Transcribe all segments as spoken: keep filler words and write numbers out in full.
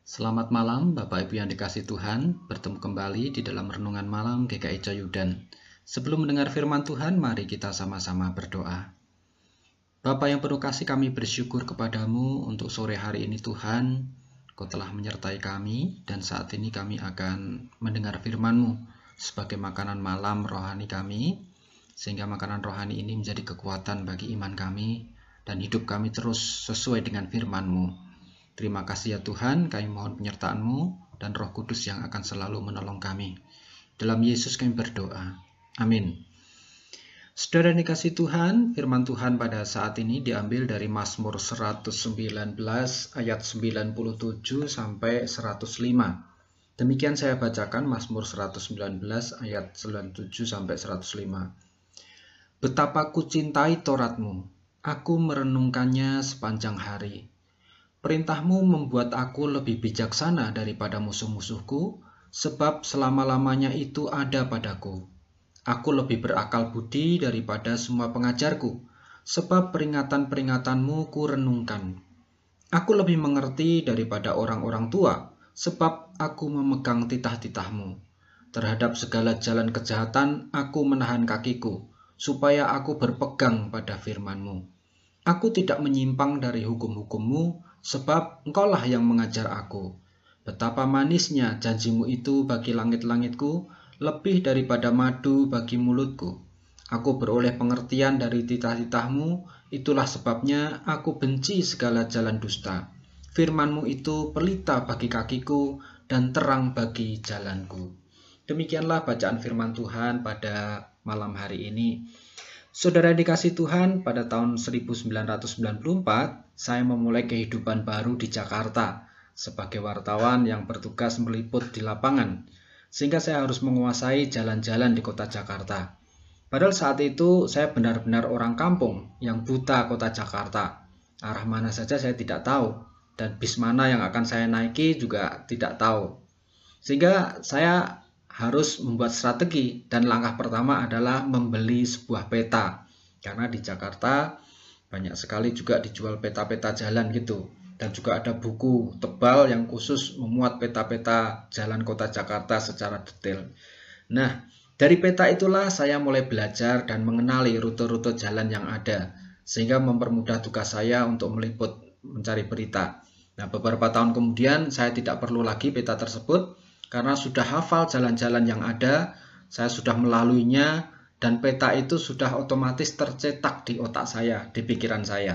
Selamat malam Bapak Ibu yang dikasihi Tuhan, bertemu kembali di dalam Renungan Malam G K I Coyudan. Sebelum mendengar firman Tuhan, mari kita sama-sama berdoa. Bapa yang penuh kasih, kami bersyukur kepadamu untuk sore hari ini Tuhan. Kau telah menyertai kami dan saat ini kami akan mendengar firman-Mu sebagai makanan malam rohani kami, sehingga makanan rohani ini menjadi kekuatan bagi iman kami dan hidup kami terus sesuai dengan firman-Mu. Terima kasih ya Tuhan, kami mohon penyertaan-Mu dan Roh Kudus yang akan selalu menolong kami. Dalam Yesus kami berdoa. Amin. Saudara yang dikasihi Tuhan, firman Tuhan pada saat ini diambil dari Mazmur seratus sembilan belas ayat sembilan puluh tujuh sampai seratus lima. Demikian saya bacakan Mazmur seratus sembilan belas ayat sembilan puluh tujuh sampai seratus lima. Betapa ku cintai Taurat-Mu, aku merenungkannya sepanjang hari. Perintah-Mu membuat aku lebih bijaksana daripada musuh-musuhku, sebab selama-lamanya itu ada padaku. Aku lebih berakal budi daripada semua pengajarku, sebab peringatan-peringatan-Mu ku renungkan. Aku lebih mengerti daripada orang-orang tua, sebab aku memegang titah-titah-Mu. Terhadap segala jalan kejahatan, aku menahan kakiku, supaya aku berpegang pada firman-Mu. Aku tidak menyimpang dari hukum-hukum-Mu, sebab Engkaulah yang mengajar aku. Betapa manisnya janji-Mu itu bagi langit-langitku, lebih daripada madu bagi mulutku. Aku beroleh pengertian dari titah-titah-Mu, itulah sebabnya aku benci segala jalan dusta. Firman-Mu itu pelita bagi kakiku dan terang bagi jalanku. Demikianlah bacaan firman Tuhan pada malam hari ini. Saudara dikasih Tuhan, pada tahun seribu sembilan ratus sembilan puluh empat, saya memulai kehidupan baru di Jakarta sebagai wartawan yang bertugas meliput di lapangan, sehingga saya harus menguasai jalan-jalan di kota Jakarta. Padahal saat itu saya benar-benar orang kampung yang buta kota Jakarta. Arah mana saja saya tidak tahu, dan bis mana yang akan saya naiki juga tidak tahu. Sehingga saya harus membuat strategi, dan langkah pertama adalah membeli sebuah peta. Karena di Jakarta banyak sekali juga dijual peta-peta jalan gitu. Dan juga ada buku tebal yang khusus memuat peta-peta jalan kota Jakarta secara detail. Nah, dari peta itulah saya mulai belajar dan mengenali rute-rute jalan yang ada, sehingga mempermudah tugas saya untuk meliput mencari berita. Nah, beberapa tahun kemudian saya tidak perlu lagi peta tersebut, karena sudah hafal jalan-jalan yang ada, saya sudah melaluinya, dan peta itu sudah otomatis tercetak di otak saya, di pikiran saya.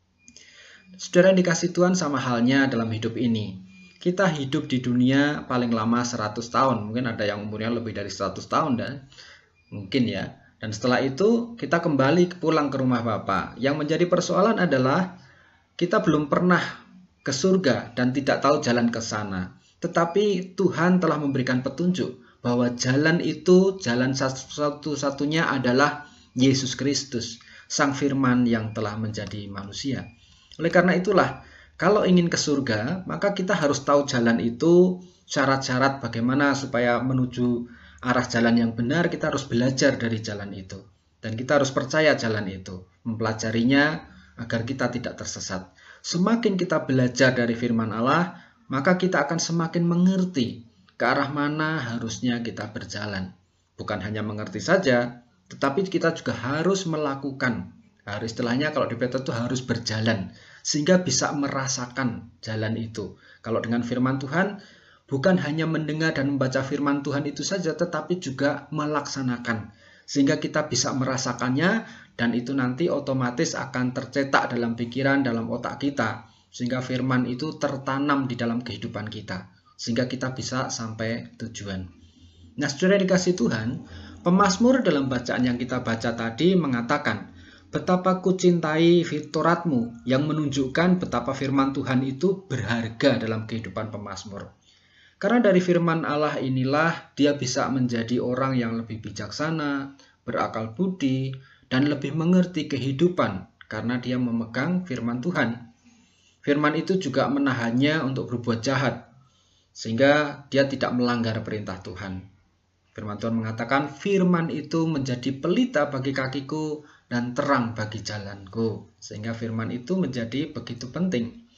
Saudara dikasih Tuhan, sama halnya dalam hidup ini. Kita hidup di dunia paling lama seratus tahun, mungkin ada yang umurnya lebih dari seratus tahun, dan mungkin ya. Dan setelah itu kita kembali pulang ke rumah Bapa. Yang menjadi persoalan adalah kita belum pernah ke surga dan tidak tahu jalan ke sana. Tetapi Tuhan telah memberikan petunjuk bahwa jalan itu, jalan satu-satunya adalah Yesus Kristus, Sang Firman yang telah menjadi manusia. Oleh karena itulah, kalau ingin ke surga, maka kita harus tahu jalan itu, syarat-syarat bagaimana supaya menuju arah jalan yang benar, kita harus belajar dari jalan itu. Dan kita harus percaya jalan itu, mempelajarinya agar kita tidak tersesat. Semakin kita belajar dari firman Allah, maka kita akan semakin mengerti ke arah mana harusnya kita berjalan. Bukan hanya mengerti saja, tetapi kita juga harus melakukan. Harus istilahnya kalau di peta itu harus berjalan, sehingga bisa merasakan jalan itu. Kalau dengan firman Tuhan, bukan hanya mendengar dan membaca firman Tuhan itu saja, tetapi juga melaksanakan. Sehingga kita bisa merasakannya, dan itu nanti otomatis akan tercetak dalam pikiran, dalam otak kita. Sehingga firman itu tertanam di dalam kehidupan kita, sehingga kita bisa sampai tujuan. Nah, saudara dikasih Tuhan, pemazmur dalam bacaan yang kita baca tadi mengatakan, betapa ku cintai Taurat-Mu, yang menunjukkan betapa firman Tuhan itu berharga dalam kehidupan pemazmur. Karena dari firman Allah inilah dia bisa menjadi orang yang lebih bijaksana, berakal budi, dan lebih mengerti kehidupan karena dia memegang firman Tuhan. Firman itu juga menahannya untuk berbuat jahat, sehingga dia tidak melanggar perintah Tuhan. Firman Tuhan mengatakan, firman itu menjadi pelita bagi kakiku dan terang bagi jalanku. Sehingga firman itu menjadi begitu penting.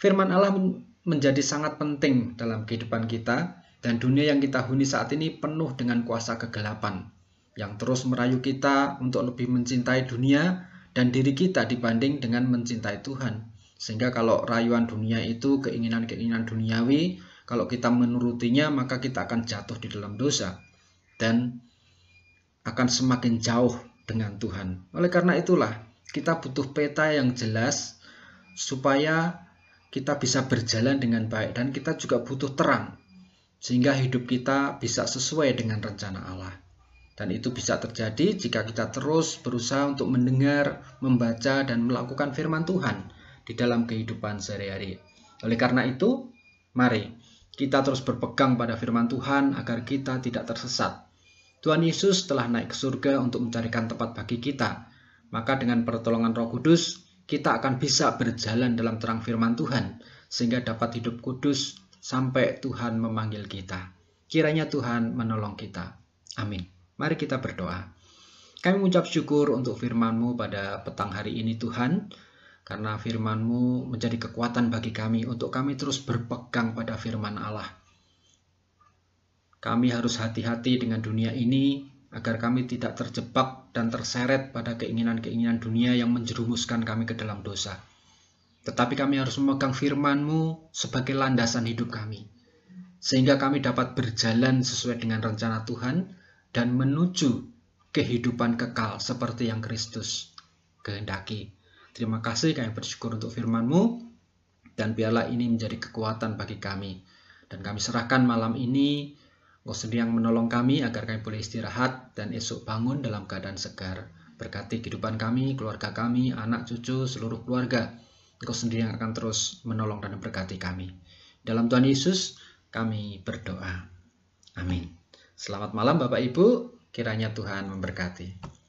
Firman Allah menjadi sangat penting dalam kehidupan kita, dan dunia yang kita huni saat ini penuh dengan kuasa kegelapan yang terus merayu kita untuk lebih mencintai dunia dan diri kita dibanding dengan mencintai Tuhan. Sehingga kalau rayuan dunia itu keinginan-keinginan duniawi, kalau kita menurutinya maka kita akan jatuh di dalam dosa dan akan semakin jauh dengan Tuhan. Oleh karena itulah kita butuh peta yang jelas supaya kita bisa berjalan dengan baik, dan kita juga butuh terang sehingga hidup kita bisa sesuai dengan rencana Allah. Dan itu bisa terjadi jika kita terus berusaha untuk mendengar, membaca, dan melakukan firman Tuhan di dalam kehidupan sehari-hari. Oleh karena itu, mari kita terus berpegang pada firman Tuhan agar kita tidak tersesat. Tuhan Yesus telah naik ke surga untuk mencarikan tempat bagi kita. Maka dengan pertolongan Roh Kudus, kita akan bisa berjalan dalam terang firman Tuhan, sehingga dapat hidup kudus sampai Tuhan memanggil kita. Kiranya Tuhan menolong kita. Amin. Mari kita berdoa. Kami mengucap syukur untuk firman-Mu pada petang hari ini Tuhan, karena firman-Mu menjadi kekuatan bagi kami untuk kami terus berpegang pada firman Allah. Kami harus hati-hati dengan dunia ini, agar kami tidak terjebak dan terseret pada keinginan-keinginan dunia yang menjerumuskan kami ke dalam dosa. Tetapi kami harus memegang firman-Mu sebagai landasan hidup kami, sehingga kami dapat berjalan sesuai dengan rencana Tuhan, dan menuju kehidupan kekal seperti yang Kristus kehendaki. Terima kasih, kami bersyukur untuk firman-Mu, dan biarlah ini menjadi kekuatan bagi kami. Dan kami serahkan malam ini, Engkau sendiri yang menolong kami agar kami boleh istirahat dan esok bangun dalam keadaan segar. Berkati kehidupan kami, keluarga kami, anak cucu, seluruh keluarga. Engkau sendiri yang akan terus menolong dan memberkati kami. Dalam Tuhan Yesus kami berdoa. Amin. Selamat malam Bapak Ibu, kiranya Tuhan memberkati.